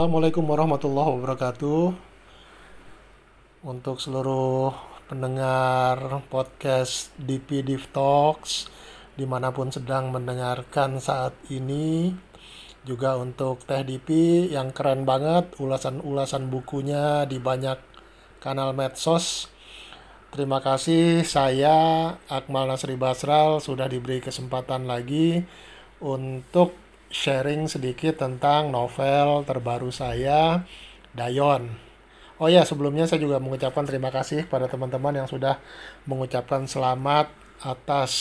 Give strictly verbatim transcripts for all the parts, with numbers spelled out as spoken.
Assalamualaikum warahmatullahi wabarakatuh. Untuk seluruh pendengar podcast D P Div Talks dimanapun sedang mendengarkan saat ini, juga untuk Teh D P yang keren banget ulasan-ulasan bukunya di banyak kanal medsos. Terima kasih, saya Akmal Nasri Basral sudah diberi kesempatan lagi untuk sharing sedikit tentang novel terbaru saya, Dayon. Oh ya, sebelumnya saya juga mengucapkan terima kasih pada teman-teman yang sudah mengucapkan selamat atas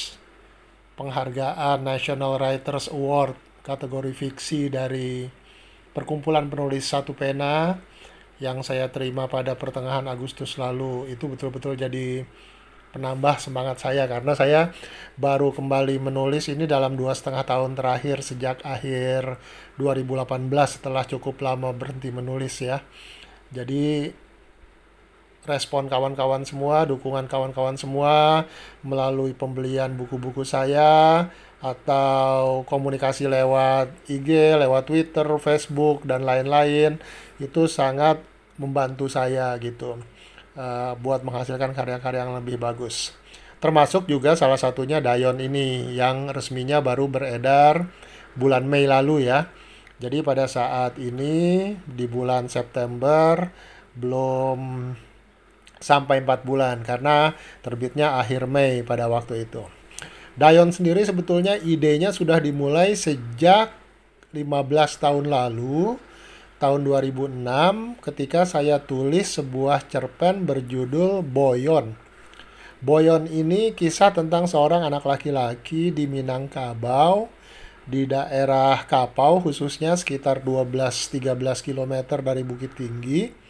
penghargaan National Writers Award kategori fiksi dari Perkumpulan Penulis Satu Pena yang saya terima pada pertengahan Agustus lalu. Itu betul-betul jadi penambah semangat saya karena saya baru kembali menulis ini dalam dua setengah tahun terakhir sejak akhir dua ribu delapan belas setelah cukup lama berhenti menulis ya. Jadi respon kawan-kawan semua, dukungan kawan-kawan semua melalui pembelian buku-buku saya atau komunikasi lewat I G, lewat Twitter, Facebook dan lain-lain itu sangat membantu saya gitu uh, buat menghasilkan karya-karya yang lebih bagus. Termasuk juga salah satunya Dayon ini yang resminya baru beredar bulan Mei lalu ya. Jadi pada saat ini di bulan September belum sampai empat bulan karena terbitnya akhir Mei pada waktu itu. Dayon sendiri sebetulnya idenya sudah dimulai sejak lima belas tahun lalu, tahun dua ribu enam, ketika saya tulis sebuah cerpen berjudul Boyon. Boyon ini kisah tentang seorang anak laki-laki di Minangkabau, di daerah Kapau khususnya sekitar dua belas sampai tiga belas kilometer dari Bukit Tinggi.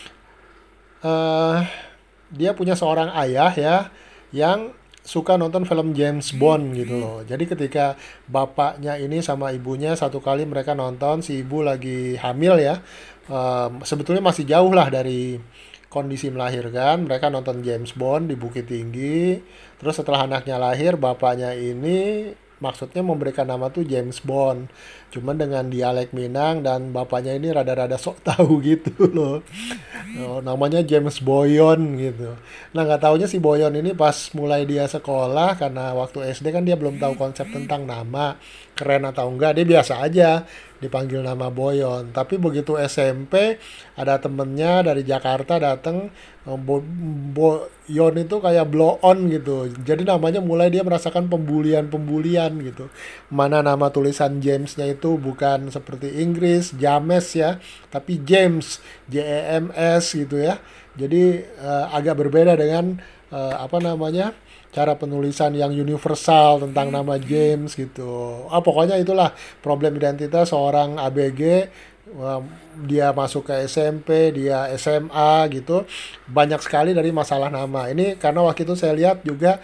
Uh, dia punya seorang ayah ya yang suka nonton film James Bond gitu loh. Jadi ketika bapaknya ini sama ibunya satu kali mereka nonton, si ibu lagi hamil ya, um, sebetulnya masih jauh lah dari kondisi melahirkan. Mereka nonton James Bond di Bukit Tinggi. Terus setelah anaknya lahir, bapaknya ini maksudnya memberikan nama tuh James Bond. Cuman dengan dialek Minang dan bapaknya ini rada-rada sok tahu gitu loh. Oh, namanya James Boyon gitu. Nah nggak taunya si Boyon ini pas mulai dia sekolah karena waktu S D kan dia belum tahu konsep tentang nama keren atau enggak, dia biasa aja dipanggil nama Boyon. Tapi begitu S M P ada temennya dari Jakarta datang, Bo- Boyon itu kayak blow on gitu. Jadi namanya mulai dia merasakan pembulian-pembulian gitu. Mana nama tulisan James-nya itu bukan seperti Inggris, James ya, tapi James, J E M S gitu ya. Jadi uh, agak berbeda dengan uh, apa namanya cara penulisan yang universal tentang nama James gitu. Ah pokoknya itulah problem identitas seorang A B G. Uh, dia masuk ke S M P, dia S M A gitu. Banyak sekali dari masalah nama. Ini karena waktu itu saya lihat juga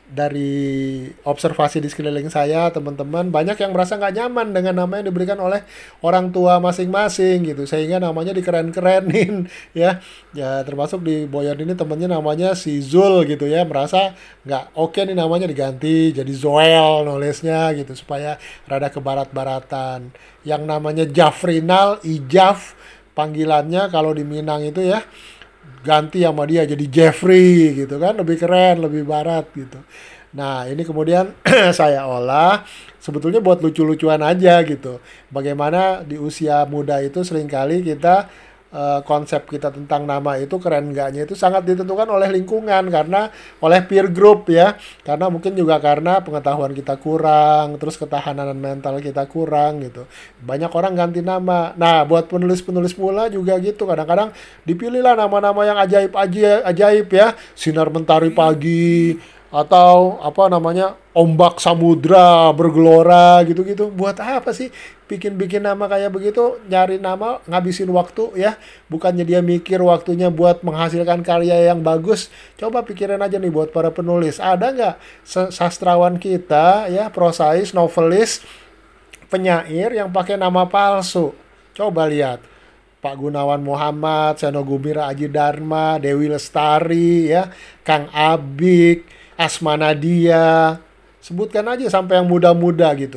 dari observasi di sekeliling saya, teman-teman banyak yang merasa nggak nyaman dengan nama yang diberikan oleh orang tua masing-masing gitu, sehingga namanya dikeren-kerenin ya. Ya termasuk di Boyan ini temennya namanya si Zul gitu ya, merasa nggak oke nih namanya diganti jadi Zoel nulisnya gitu supaya rada ke barat-baratan. Yang namanya Jafrinal, Ijaf panggilannya kalau di Minang itu ya, ganti sama dia jadi Jeffrey gitu kan, lebih keren, lebih barat gitu. Nah ini kemudian saya olah sebetulnya buat lucu-lucuan aja gitu. Bagaimana di usia muda itu seringkali kita eh, konsep kita tentang nama itu keren enggaknya itu sangat ditentukan oleh lingkungan, karena oleh peer group ya, karena mungkin juga karena pengetahuan kita kurang, terus ketahanan mental kita kurang gitu. Banyak orang ganti nama. Nah buat penulis-penulis pula juga gitu, kadang-kadang dipilihlah nama-nama yang ajaib aja ajaib ya, sinar mentari pagi atau apa namanya ombak samudra bergelora gitu-gitu. Buat apa sih bikin-bikin nama kayak begitu, nyari nama ngabisin waktu ya, bukannya dia mikir waktunya buat menghasilkan karya yang bagus. Coba pikirin aja nih buat para penulis, ada nggak sastrawan kita ya, prosais, novelis, penyair yang pakai nama palsu? Coba lihat Pak Gunawan Muhammad, Seno Gumira Aji Dharma, Dewi Lestari ya, Kang Abik, Asma Nadia, sebutkan aja sampai yang muda-muda gitu.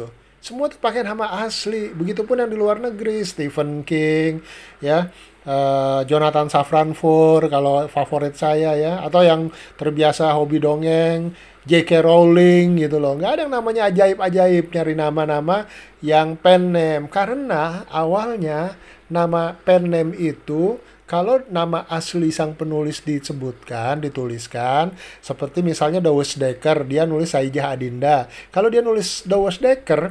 semua tuh pakai nama asli. Begitupun yang di luar negeri, Stephen King, ya, eh, Jonathan Safran Foer kalau favorit saya ya, atau yang terbiasa hobi dongeng, J K. Rowling gitu loh. Nggak ada yang namanya ajaib-ajaib, nyari nama-nama yang pen name. Karena awalnya nama pen name itu, kalau nama asli sang penulis disebutkan, dituliskan, seperti misalnya Douwe Dekker, dia nulis Saijah Adinda. Kalau dia nulis Douwe Dekker,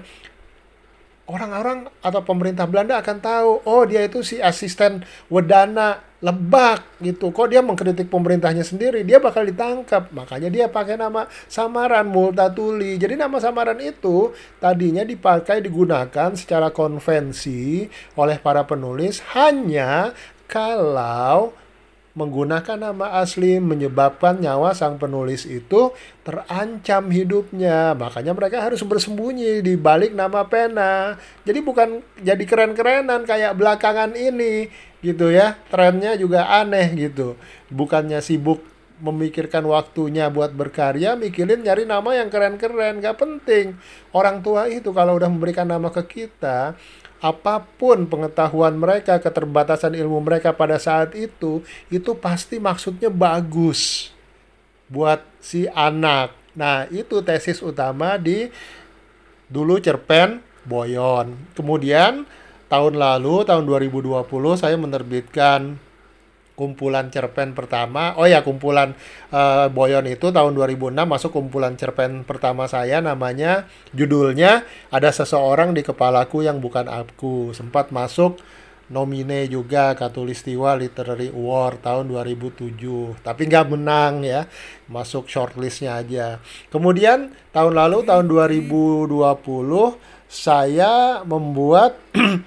orang-orang atau pemerintah Belanda akan tahu, oh dia itu si asisten Wedana Lebak gitu. Kok dia mengkritik pemerintahnya sendiri, dia bakal ditangkap. Makanya dia pakai nama samaran Multatuli. Jadi nama samaran itu tadinya dipakai, digunakan secara konvensi oleh para penulis hanya kalau menggunakan nama asli menyebabkan nyawa sang penulis itu terancam hidupnya. Makanya mereka harus bersembunyi di balik nama pena. Jadi bukan jadi keren-kerenan kayak belakangan ini gitu ya. Trennya juga aneh gitu. Bukannya sibuk memikirkan waktunya buat berkarya, mikirin nyari nama yang keren-keren. Gak penting. Orang tua itu kalau udah memberikan nama ke kita, apapun pengetahuan mereka, keterbatasan ilmu mereka pada saat itu, itu pasti maksudnya bagus buat si anak. Nah, itu tesis utama di dulu cerpen Boyon. Kemudian tahun lalu, tahun dua ribu dua puluh, saya menerbitkan kumpulan cerpen pertama. Oh ya, kumpulan uh, Boyon itu tahun dua ribu enam masuk kumpulan cerpen pertama saya, namanya, judulnya Ada Seseorang di Kepalaku Yang Bukan Aku. Sempat masuk nomine juga Katulistiwa Literary Award tahun dua ribu tujuh. Tapi nggak menang ya, masuk shortlistnya aja. Kemudian tahun lalu, tahun dua ribu dua puluh, saya membuat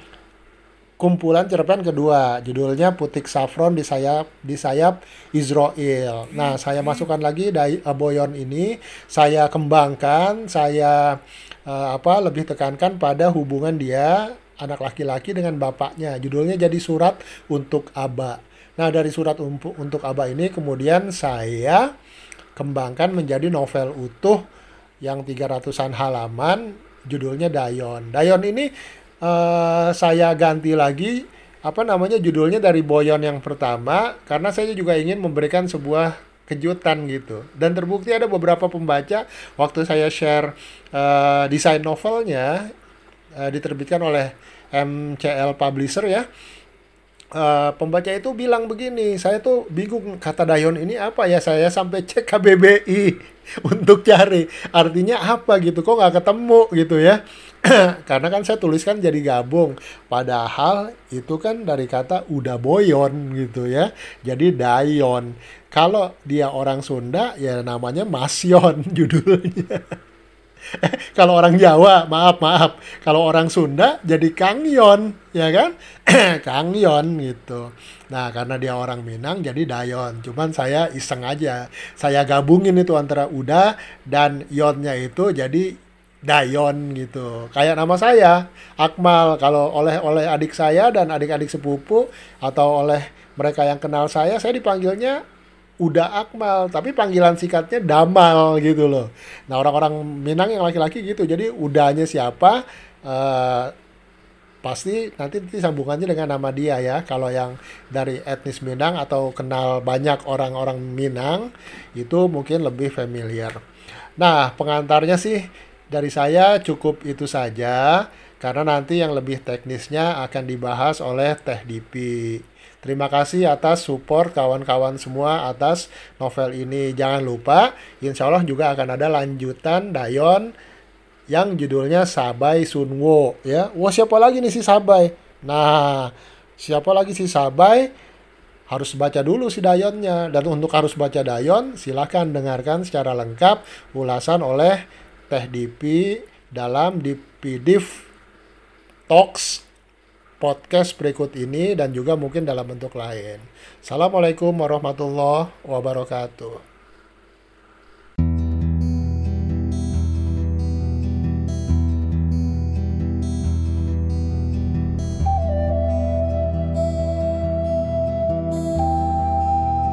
kumpulan cerpen kedua, judulnya Putik Saffron di sayap di sayap Israel. Nah, saya masukkan lagi dari uh, Boyon ini, saya kembangkan, saya uh, apa lebih tekankan pada hubungan dia anak laki-laki dengan bapaknya. Judulnya jadi Surat Untuk Aba. Nah, dari Surat Untuk Untuk Aba ini kemudian saya kembangkan menjadi novel utuh yang tiga ratusan halaman, judulnya Dayon. Dayon ini Uh, saya ganti lagi apa namanya judulnya dari Boyon yang pertama, karena saya juga ingin memberikan sebuah kejutan gitu. Dan terbukti ada beberapa pembaca waktu saya share uh, desain novelnya, uh, diterbitkan oleh M C L Publisher ya. Uh, pembaca itu bilang begini, saya tuh bingung kata Dayon ini apa ya, saya sampai cek K B B I untuk cari artinya apa gitu, kok nggak ketemu gitu ya. Karena kan saya tuliskan jadi gabung, padahal itu kan dari kata udah boyon gitu ya, jadi Dayon. Kalau dia orang Sunda ya namanya Masyon judulnya. Kalau orang Jawa, maaf maaf. Kalau orang Sunda jadi Kangyon, ya kan? Kangyon gitu. Nah, karena dia orang Minang jadi Dayon. Cuman saya iseng aja. Saya gabungin itu antara udah dan yonnya itu jadi Dayon gitu. Kayak nama saya, Akmal. Kalau oleh oleh adik saya dan adik-adik sepupu atau oleh mereka yang kenal saya, saya dipanggilnya Uda Akmal, tapi panggilan singkatnya Damal gitu loh. Nah, orang-orang Minang yang laki-laki gitu. Jadi udahnya siapa, uh, pasti nanti, nanti sambungannya dengan nama dia ya. Kalau yang dari etnis Minang atau kenal banyak orang-orang Minang, itu mungkin lebih familiar. Nah, pengantarnya sih dari saya cukup itu saja, karena nanti yang lebih teknisnya akan dibahas oleh Teh Dipi. Terima kasih atas support kawan-kawan semua atas novel ini. Jangan lupa, insya Allah juga akan ada lanjutan Dayon yang judulnya Sabai Sunwo. Ya, wah siapa lagi nih si Sabai? Nah, siapa lagi si Sabai? Harus baca dulu si Dayonnya. Dan untuk harus baca Dayon, silakan dengarkan secara lengkap ulasan oleh Teh Dipi dalam di P D F Talks podcast berikut ini dan juga mungkin dalam bentuk lain. Assalamualaikum warahmatullahi wabarakatuh.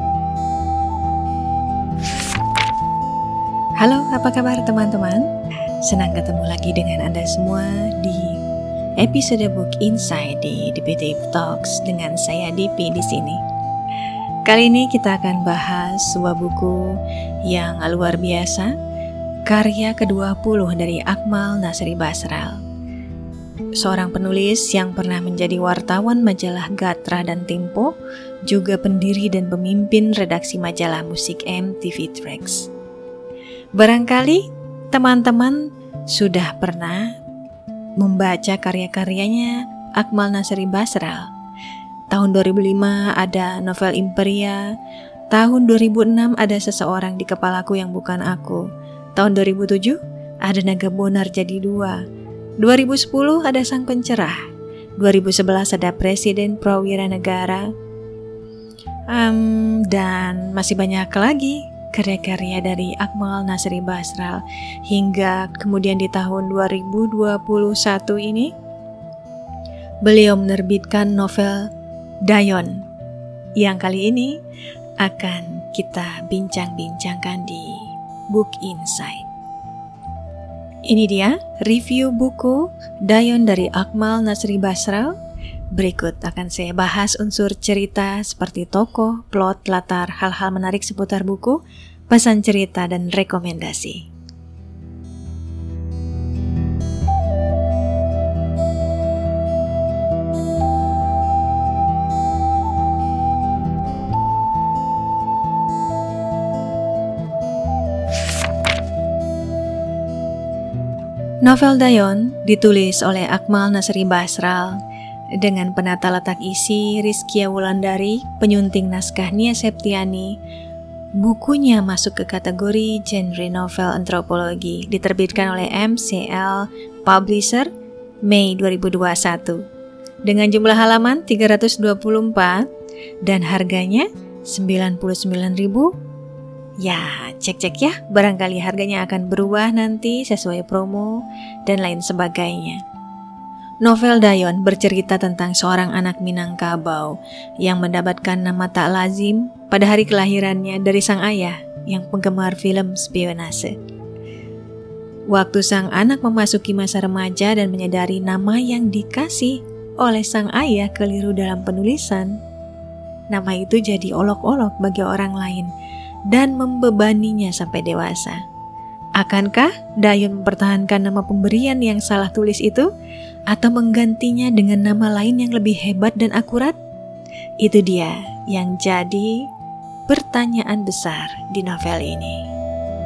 Halo, apa kabar teman-teman? Senang ketemu lagi dengan Anda semua di episode Book Insight di D P T Talks dengan saya D P di sini. Kali ini kita akan bahas sebuah buku yang luar biasa, karya kedua puluh dari Akmal Nasery Basral. Seorang penulis yang pernah menjadi wartawan majalah Gatra dan Tempo, juga pendiri dan pemimpin redaksi majalah musik M T V Tracks. Barangkali teman-teman sudah pernah membaca karya-karyanya Akmal Nasery Basral. Tahun dua ribu lima ada novel Imperia, tahun dua ribu enam ada Seseorang di Kepalaku Yang Bukan Aku, tahun dua ribu tujuh ada Naga Bonar Jadi Dua, dua ribu sepuluh ada Sang Pencerah, dua ribu sebelas ada Presiden Prawira Negara, um, dan masih banyak lagi karya-karya dari Akmal Nasery Basral. Hingga kemudian di tahun dua ribu dua puluh satu ini beliau menerbitkan novel Dayon, yang kali ini akan kita bincang-bincangkan di Book Insight. Ini dia review buku Dayon dari Akmal Nasery Basral. Berikut akan saya bahas unsur cerita seperti tokoh, plot, latar, hal-hal menarik seputar buku, pesan cerita, dan rekomendasi. Novel Dayon ditulis oleh Akmal Nasery Basral dengan penata letak isi Rizkia Wulandari, penyunting naskah Nia Septiani. Bukunya masuk ke kategori genre novel antropologi, diterbitkan oleh M C L Publisher Mei dua ribu dua puluh satu dengan jumlah halaman tiga ratus dua puluh empat dan harganya sembilan puluh sembilan ribu. Ya, cek-cek ya, barangkali harganya akan berubah nanti sesuai promo dan lain sebagainya. Novel Dayon bercerita tentang seorang anak Minangkabau yang mendapatkan nama tak lazim pada hari kelahirannya dari sang ayah yang penggemar film spionase. Waktu sang anak memasuki masa remaja dan menyadari nama yang dikasih oleh sang ayah keliru dalam penulisan, nama itu jadi olok-olok bagi orang lain dan membebaninya sampai dewasa. Akankah Dayon mempertahankan nama pemberian yang salah tulis itu atau menggantinya dengan nama lain yang lebih hebat dan akurat? Itu dia yang jadi pertanyaan besar di novel ini.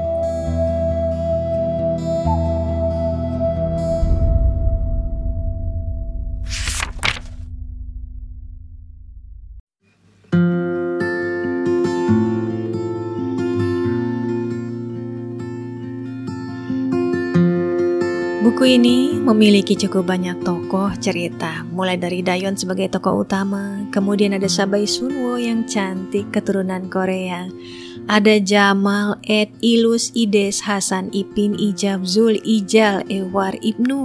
Buku ini memiliki cukup banyak tokoh cerita, mulai dari Dayon sebagai tokoh utama, kemudian ada Sabai Sunwo yang cantik keturunan Korea, ada Jamal, Ed, Ilus, Ides, Hasan, Ipin, Ijab, Zul, Ijal, Ewar, Ibnu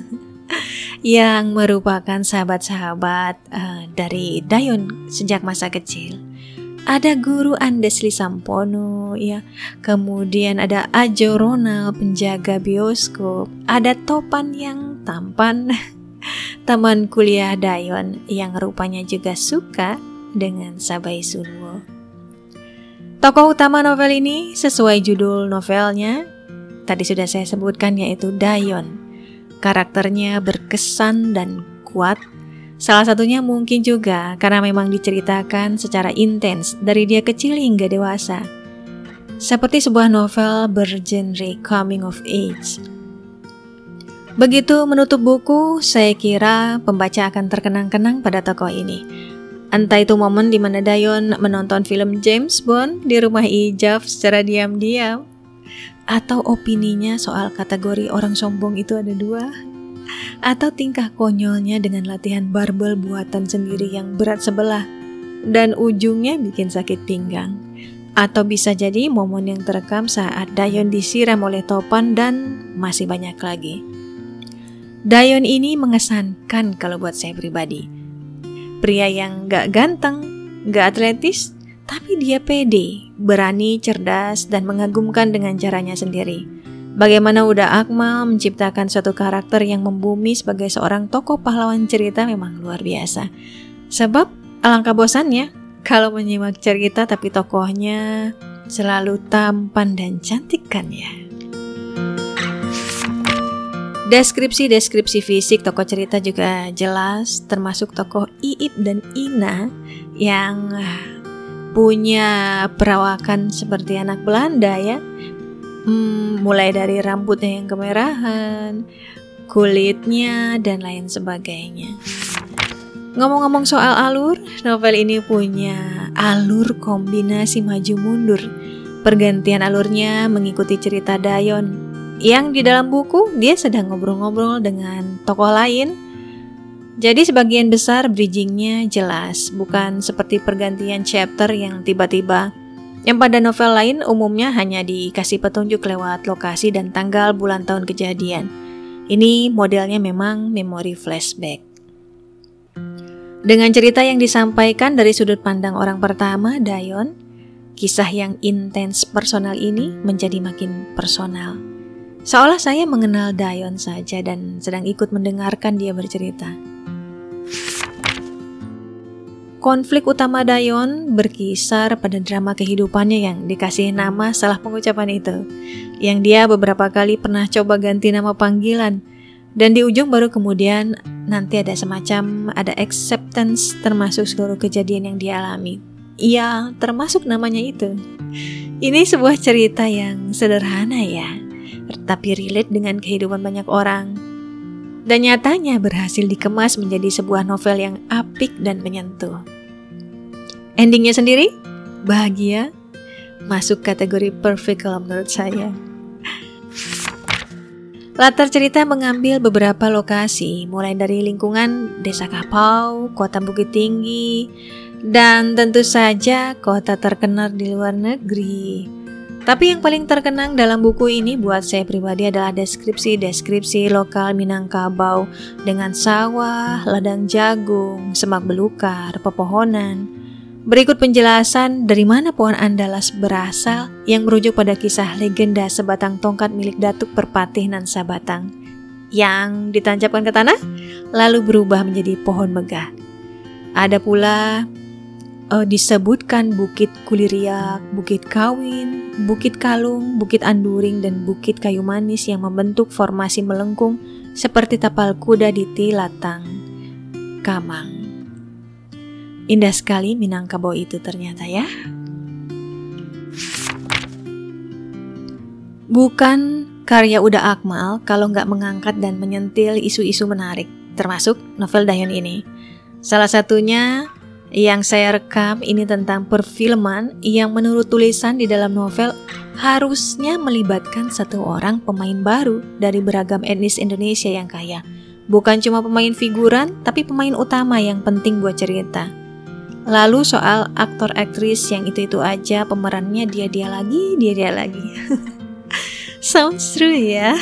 yang merupakan sahabat-sahabat uh, dari Dayon sejak masa kecil. Ada Guru Andesli Sampono, ya. Kemudian ada Ajo Ronald, penjaga bioskop. Ada Topan yang tampan, teman kuliah Dayon yang rupanya juga suka dengan Sabai Sunwo. Tokoh utama novel ini sesuai judul novelnya, tadi sudah saya sebutkan, yaitu Dayon. Karakternya berkesan dan kuat. Salah satunya mungkin juga karena memang diceritakan secara intens dari dia kecil hingga dewasa, seperti sebuah novel bergenre coming of age. Begitu menutup buku, saya kira pembaca akan terkenang-kenang pada tokoh ini. Entah itu momen di mana Dayon menonton film James Bond di rumah Ijab secara diam-diam, atau opininya soal kategori orang sombong itu ada dua, atau tingkah konyolnya dengan latihan barbel buatan sendiri yang berat sebelah dan ujungnya bikin sakit pinggang. Atau bisa jadi momen yang terekam saat Dayon disiram oleh Topan dan masih banyak lagi. Dayon ini mengesankan kalau buat saya pribadi. Pria yang gak ganteng, gak atletis, tapi dia pede, berani, cerdas, dan mengagumkan dengan caranya sendiri. Bagaimana Uda Akmal menciptakan suatu karakter yang membumi sebagai seorang tokoh pahlawan cerita memang luar biasa. Sebab alangkah bosannya kalau menyimak cerita tapi tokohnya selalu tampan dan cantik kan ya. Deskripsi-deskripsi fisik tokoh cerita juga jelas, termasuk tokoh Iip dan Ina yang punya perawakan seperti anak Belanda ya. Hmm, mulai dari rambutnya yang kemerahan, kulitnya, dan lain sebagainya. Ngomong-ngomong soal alur, novel ini punya alur kombinasi maju mundur. Pergantian alurnya mengikuti cerita Dayon, yang di dalam buku dia sedang ngobrol-ngobrol dengan tokoh lain. Jadi sebagian besar bridgingnya jelas, bukan seperti pergantian chapter yang tiba-tiba. Yang pada novel lain umumnya hanya dikasih petunjuk lewat lokasi dan tanggal bulan tahun kejadian. Ini modelnya memang memori flashback. Dengan cerita yang disampaikan dari sudut pandang orang pertama, Dayon, kisah yang intens personal ini menjadi makin personal. Seolah saya mengenal Dayon saja dan sedang ikut mendengarkan dia bercerita. Konflik utama Dayon berkisar pada drama kehidupannya yang dikasih nama salah pengucapan itu, yang dia beberapa kali pernah coba ganti nama panggilan, dan di ujung baru kemudian nanti ada semacam ada acceptance termasuk seluruh kejadian yang dia alami. Iya, termasuk namanya itu. Ini sebuah cerita yang sederhana ya, tapi relate dengan kehidupan banyak orang. Dan nyatanya berhasil dikemas menjadi sebuah novel yang apik dan menyentuh. Endingnya sendiri, bahagia, masuk kategori perfect kalau menurut saya. Latar cerita mengambil beberapa lokasi, mulai dari lingkungan Desa Kapau, Kota Bukit Tinggi, dan tentu saja kota terkenal di luar negeri. Tapi yang paling terkenang dalam buku ini buat saya pribadi adalah deskripsi-deskripsi lokal Minangkabau dengan sawah, ladang jagung, semak belukar, pepohonan. Berikut penjelasan dari mana pohon andalas berasal yang merujuk pada kisah legenda sebatang tongkat milik Datuk Perpatih Nan Sabatang yang ditancapkan ke tanah lalu berubah menjadi pohon megah. Ada pula Uh, disebutkan Bukit Kuliriak, Bukit Kawin, Bukit Kalung, Bukit Anduring, dan Bukit Kayu Manis yang membentuk formasi melengkung seperti tapal kuda di Tilatang Kamang. Indah sekali Minangkabau itu ternyata ya. Bukan karya Uda Akmal kalau nggak mengangkat dan menyentil isu-isu menarik, termasuk novel Dayon ini. Salah satunya yang saya rekam ini tentang perfilman yang menurut tulisan di dalam novel harusnya melibatkan satu orang pemain baru dari beragam etnis Indonesia yang kaya. Bukan cuma pemain figuran, tapi pemain utama yang penting buat cerita. Lalu soal aktor aktris yang itu-itu aja pemerannya dia-dia lagi, dia-dia lagi. Sounds true ya.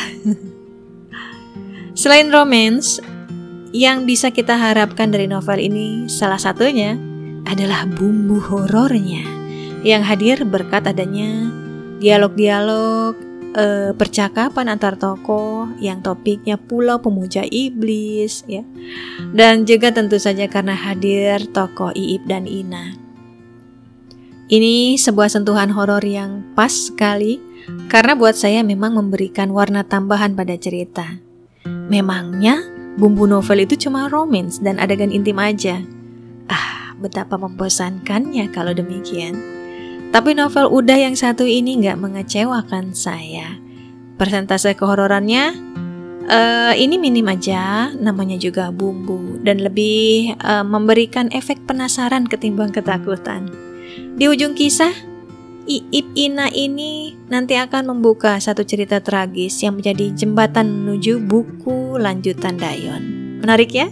Selain romance, yang bisa kita harapkan dari novel ini salah satunya adalah bumbu horornya yang hadir berkat adanya dialog-dialog e, percakapan antar tokoh yang topiknya Pulau Pemuja Iblis ya. Dan juga tentu saja karena hadir tokoh Iip dan Ina. Ini sebuah sentuhan horor yang pas sekali karena buat saya memang memberikan warna tambahan pada cerita. Memangnya bumbu novel itu cuma romance dan adegan intim aja. Ah, betapa membosankannya kalau demikian. Tapi novel Uda yang satu ini gak mengecewakan saya. Persentase kehororannya uh, ini minim aja, namanya juga bumbu. Dan lebih uh, memberikan efek penasaran ketimbang ketakutan. Di ujung kisah, Iip Ina ini nanti akan membuka satu cerita tragis yang menjadi jembatan menuju buku lanjutan Dayon. Menarik ya?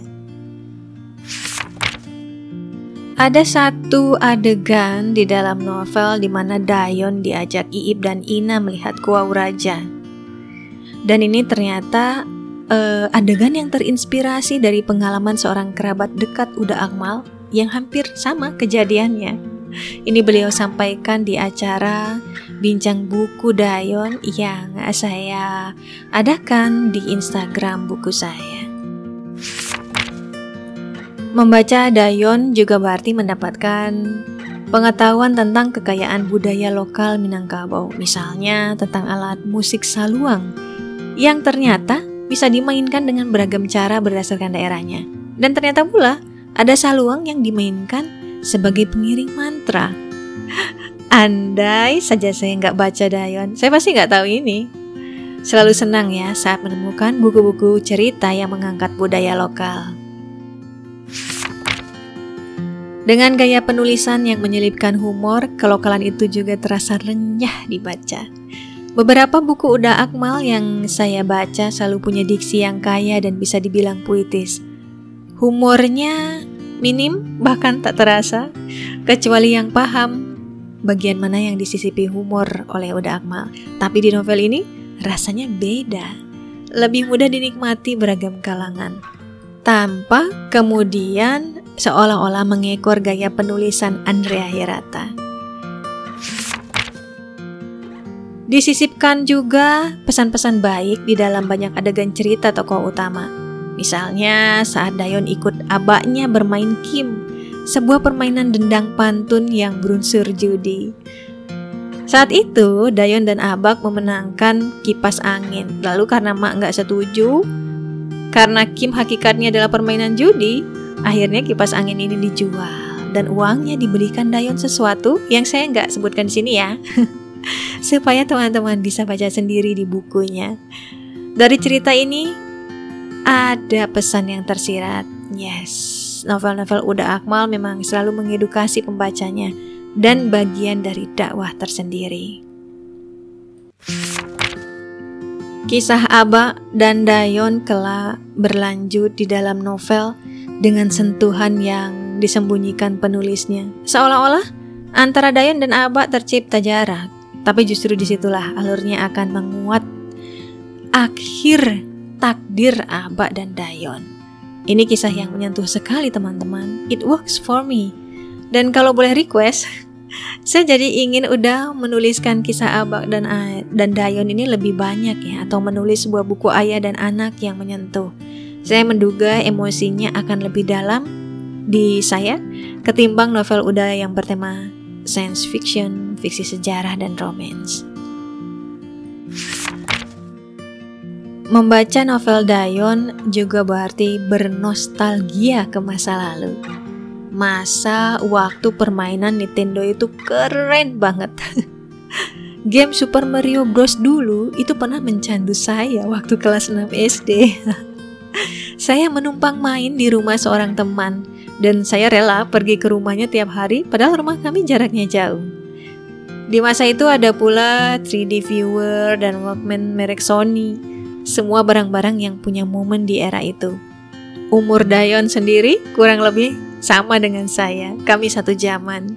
Ada satu adegan di dalam novel di mana Dayon diajak Iip dan Ina melihat Kuau Raja. Dan ini ternyata uh, adegan yang terinspirasi dari pengalaman seorang kerabat dekat Uda Akmal yang hampir sama kejadiannya. Ini beliau sampaikan di acara bincang buku Dayon yang saya adakan di Instagram buku saya. Membaca Dayon juga berarti mendapatkan pengetahuan tentang kekayaan budaya lokal Minangkabau, misalnya tentang alat musik saluang yang ternyata bisa dimainkan dengan beragam cara berdasarkan daerahnya. Dan ternyata pula ada saluang yang dimainkan sebagai pengiring mantra. Andai saja saya nggak baca Dayon, saya pasti nggak tahu ini. Selalu senang ya saat menemukan buku-buku cerita yang mengangkat budaya lokal. Dengan gaya penulisan yang menyelipkan humor, kelokalan itu juga terasa renyah dibaca. Beberapa buku Uda Akmal yang saya baca selalu punya diksi yang kaya dan bisa dibilang puitis. Humornya minim, bahkan tak terasa, kecuali yang paham bagian mana yang disisipi humor oleh Uda Akmal. Tapi di novel ini rasanya beda, lebih mudah dinikmati beragam kalangan, tanpa kemudian seolah-olah mengekor gaya penulisan Andrea Hirata. Disisipkan juga pesan-pesan baik di dalam banyak adegan cerita tokoh utama. Misalnya saat Dayon ikut abaknya bermain kim, sebuah permainan dendang pantun yang berunsur judi. Saat itu Dayon dan abak memenangkan kipas angin. Lalu karena mak gak setuju, karena kim hakikatnya adalah permainan judi, akhirnya kipas angin ini dijual dan uangnya dibelikan Dayon sesuatu yang saya nggak sebutkan di sini ya, supaya teman-teman bisa baca sendiri di bukunya. Dari cerita ini ada pesan yang tersirat. Yes, novel-novel Uda Akmal memang selalu mengedukasi pembacanya dan bagian dari dakwah tersendiri. Kisah Aba dan Dayon kelak berlanjut di dalam novel dengan sentuhan yang disembunyikan penulisnya. Seolah-olah antara Dayon dan Aba tercipta jarak, tapi justru disitulah alurnya akan menguat akhir takdir Aba dan Dayon. Ini kisah yang menyentuh sekali teman-teman. It works for me. Dan kalau boleh request, saya jadi ingin udah menuliskan kisah Aba dan dan Dayon ini lebih banyak ya, atau menulis sebuah buku ayah dan anak yang menyentuh. Saya menduga emosinya akan lebih dalam di saya ketimbang novel Uda yang bertema science fiction, fiksi sejarah, dan romance. Membaca novel Dayon juga berarti bernostalgia ke masa lalu. Masa waktu permainan Nintendo itu keren banget. Game Super Mario Bros dulu itu pernah mencandu saya waktu kelas enam S D. Saya menumpang main di rumah seorang teman dan saya rela pergi ke rumahnya tiap hari padahal rumah kami jaraknya jauh. Di masa itu ada pula three D viewer dan Walkman merek Sony. Semua barang-barang yang punya momen di era itu. Umur Dayon sendiri kurang lebih sama dengan saya. Kami satu zaman.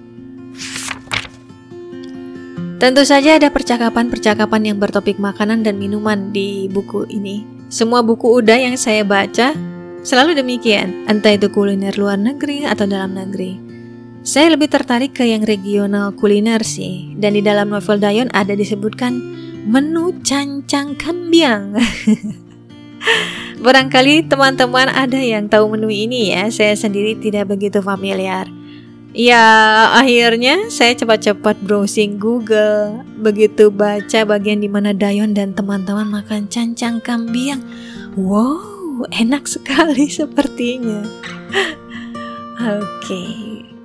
Tentu saja ada percakapan-percakapan yang bertopik makanan dan minuman di buku ini. Semua buku Uda yang saya baca selalu demikian, entah itu kuliner luar negeri atau dalam negeri. Saya lebih tertarik ke yang regional kuliner sih. Dan di dalam novel Dayon ada disebutkan menu cancang kambiang. Barangkali teman-teman ada yang tahu menu ini ya. Saya sendiri tidak begitu familiar. Ya, akhirnya saya cepat-cepat browsing Google. Begitu baca bagian di mana Dayon dan teman-teman makan cancang kambiang. Wow, enak sekali sepertinya. Oke. Okay.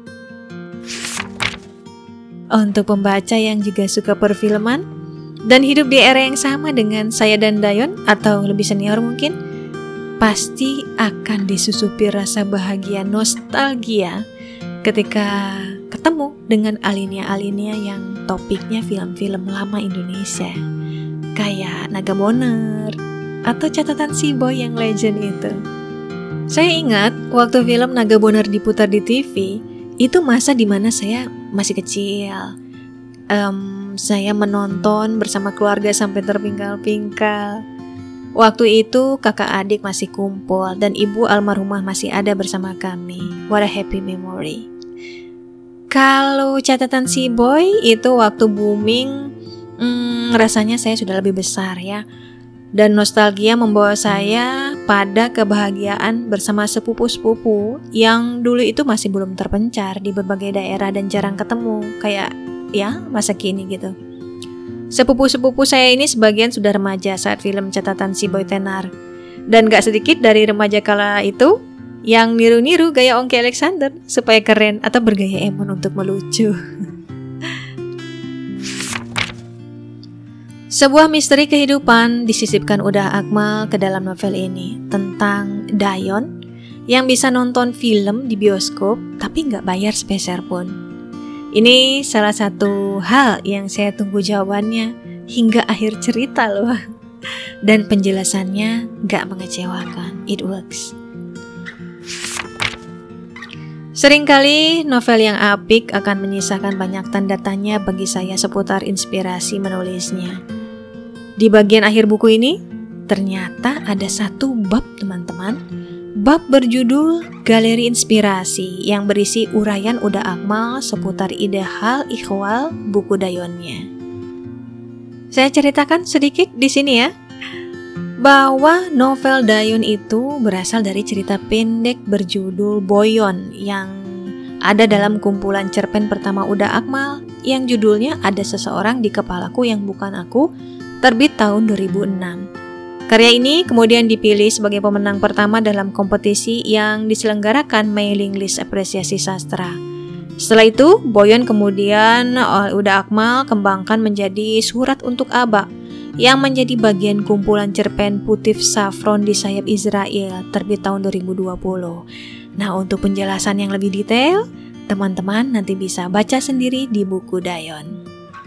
Untuk pembaca yang juga suka perfilman dan hidup di era yang sama dengan saya dan Dayon atau lebih senior mungkin, pasti akan disusupi rasa bahagia nostalgia ketika ketemu dengan alinea-alinea yang topiknya film-film lama Indonesia kayak Naga Boner atau Catatan Si Boy yang legend itu. Saya ingat waktu film Naga Boner diputar di T V, itu masa dimana saya masih kecil. um, Saya menonton bersama keluarga sampai terpingkal-pingkal. Waktu itu kakak adik masih kumpul dan ibu almarhumah masih ada bersama kami. What a happy memory. Kalau Catatan Si Boy itu waktu booming hmm, rasanya saya sudah lebih besar ya. Dan nostalgia membawa saya pada kebahagiaan bersama sepupu-sepupu yang dulu itu masih belum terpencar di berbagai daerah dan jarang ketemu, kayak ya masa kini gitu. Sepupu-sepupu saya ini sebagian sudah remaja saat film Catatan Si Boy Tenar. Dan gak sedikit dari remaja kala itu yang niru-niru gaya Ongki Alexander supaya keren atau bergaya Emon untuk melucu. Sebuah misteri kehidupan disisipkan Uda Akmal ke dalam novel ini tentang Dayon yang bisa nonton film di bioskop tapi gak bayar sepeser pun. Ini salah satu hal yang saya tunggu jawabannya hingga akhir cerita loh. Dan penjelasannya gak mengecewakan. It works. Seringkali novel yang apik akan menyisakan banyak tanda tanya bagi saya seputar inspirasi menulisnya. Di bagian akhir buku ini, ternyata ada satu bab teman-teman. Bab berjudul Galeri Inspirasi yang berisi uraian Uda Akmal seputar ide hal ikhwal buku Dayonnya. Saya ceritakan sedikit di sini ya, bahwa novel Dayon itu berasal dari cerita pendek berjudul Boyon yang ada dalam kumpulan cerpen pertama Uda Akmal yang judulnya Ada Seseorang di Kepalaku Yang Bukan Aku, terbit tahun dua ribu enam. Karya ini kemudian dipilih sebagai pemenang pertama dalam kompetisi yang diselenggarakan Mailing List Apresiasi Sastra. Setelah itu, Boyon kemudian oleh Uda Akmal kembangkan menjadi Surat Untuk Aba yang menjadi bagian kumpulan cerpen Putif Safron di Sayap Israel terbit tahun dua ribu dua puluh. Nah, untuk penjelasan yang lebih detail, teman-teman nanti bisa baca sendiri di buku Dayon.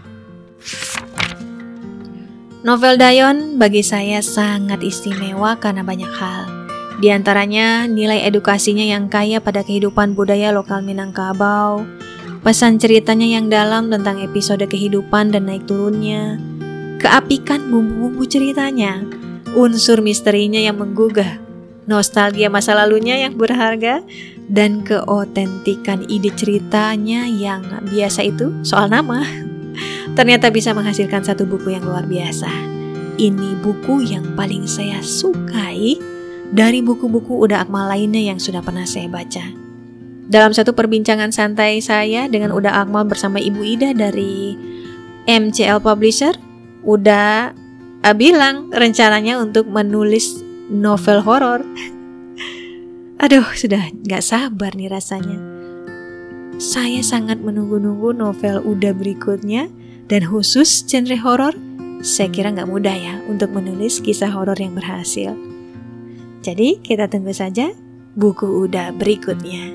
Novel Dayon bagi saya sangat istimewa karena banyak hal. Di antaranya nilai edukasinya yang kaya pada kehidupan budaya lokal Minangkabau, pesan ceritanya yang dalam tentang episode kehidupan dan naik turunnya, keapikan bumbu-bumbu ceritanya, unsur misterinya yang menggugah, nostalgia masa lalunya yang berharga, dan keotentikan ide ceritanya yang biasa itu soal nama. Ternyata bisa menghasilkan satu buku yang luar biasa. Ini buku yang paling saya sukai dari buku-buku Uda Akmal lainnya yang sudah pernah saya baca. Dalam satu perbincangan santai saya dengan Uda Akmal bersama Ibu Ida dari M C L Publisher, Uda uh, bilang rencananya untuk menulis novel horor. Aduh, sudah gak sabar nih rasanya. Saya sangat menunggu-nunggu novel Uda berikutnya, dan khusus genre horor, saya kira gak mudah ya untuk menulis kisah horor yang berhasil. Jadi kita tunggu saja buku Uda berikutnya.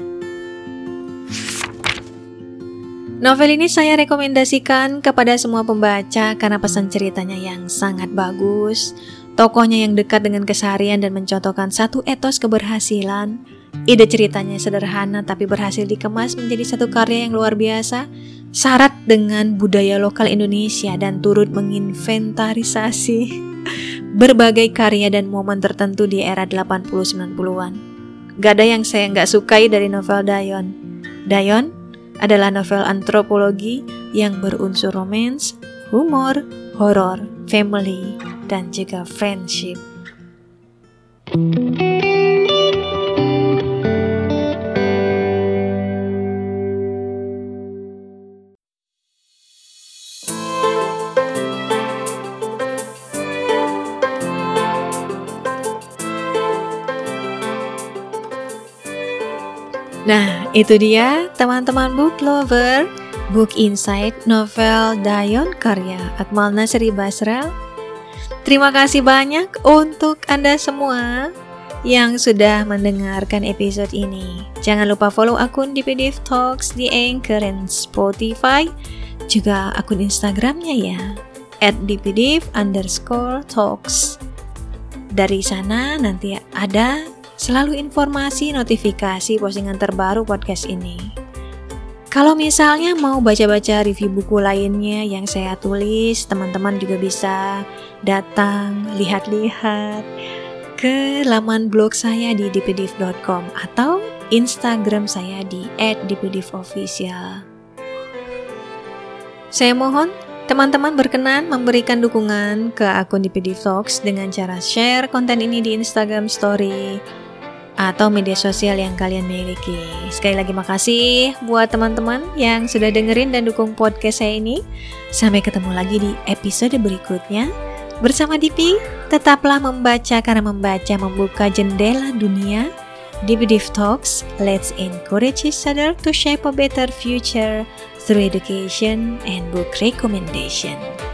Novel ini saya rekomendasikan kepada semua pembaca karena pesan ceritanya yang sangat bagus, tokohnya yang dekat dengan keseharian dan mencontohkan satu etos keberhasilan. Ide ceritanya sederhana tapi berhasil dikemas menjadi satu karya yang luar biasa, syarat dengan budaya lokal Indonesia dan turut menginventarisasi berbagai karya dan momen tertentu di era delapan puluh sembilan puluhan. Gak ada yang saya gak sukai dari novel Dayon. Dayon adalah novel antropologi yang berunsur romance, humor, horor, family, dan juga friendship. Nah, itu dia teman-teman book lover, Book Insight novel Dayon karya Akmal Nasri Basral. Terima kasih banyak untuk Anda semua yang sudah mendengarkan episode ini. Jangan lupa follow akun D P D F Talks di Anchor dan Spotify, juga akun Instagramnya ya, at dpdiv underscore talks. Dari sana nanti ada selalu informasi notifikasi postingan terbaru podcast ini. Kalau misalnya mau baca-baca review buku lainnya yang saya tulis, teman-teman juga bisa datang, lihat-lihat ke laman blog saya di d p div dot com atau Instagram saya di at d p div official. Saya mohon Teman-teman berkenan memberikan dukungan ke akun D P D Talks dengan cara share konten ini di Instagram Story atau media sosial yang kalian miliki. Sekali lagi makasih buat teman-teman yang sudah dengerin dan dukung podcast saya ini. Sampai ketemu lagi di episode berikutnya. Bersama D P, tetaplah membaca karena membaca membuka jendela dunia. D P D Talks, let's encourage each other to shape a better future through education and book recommendation.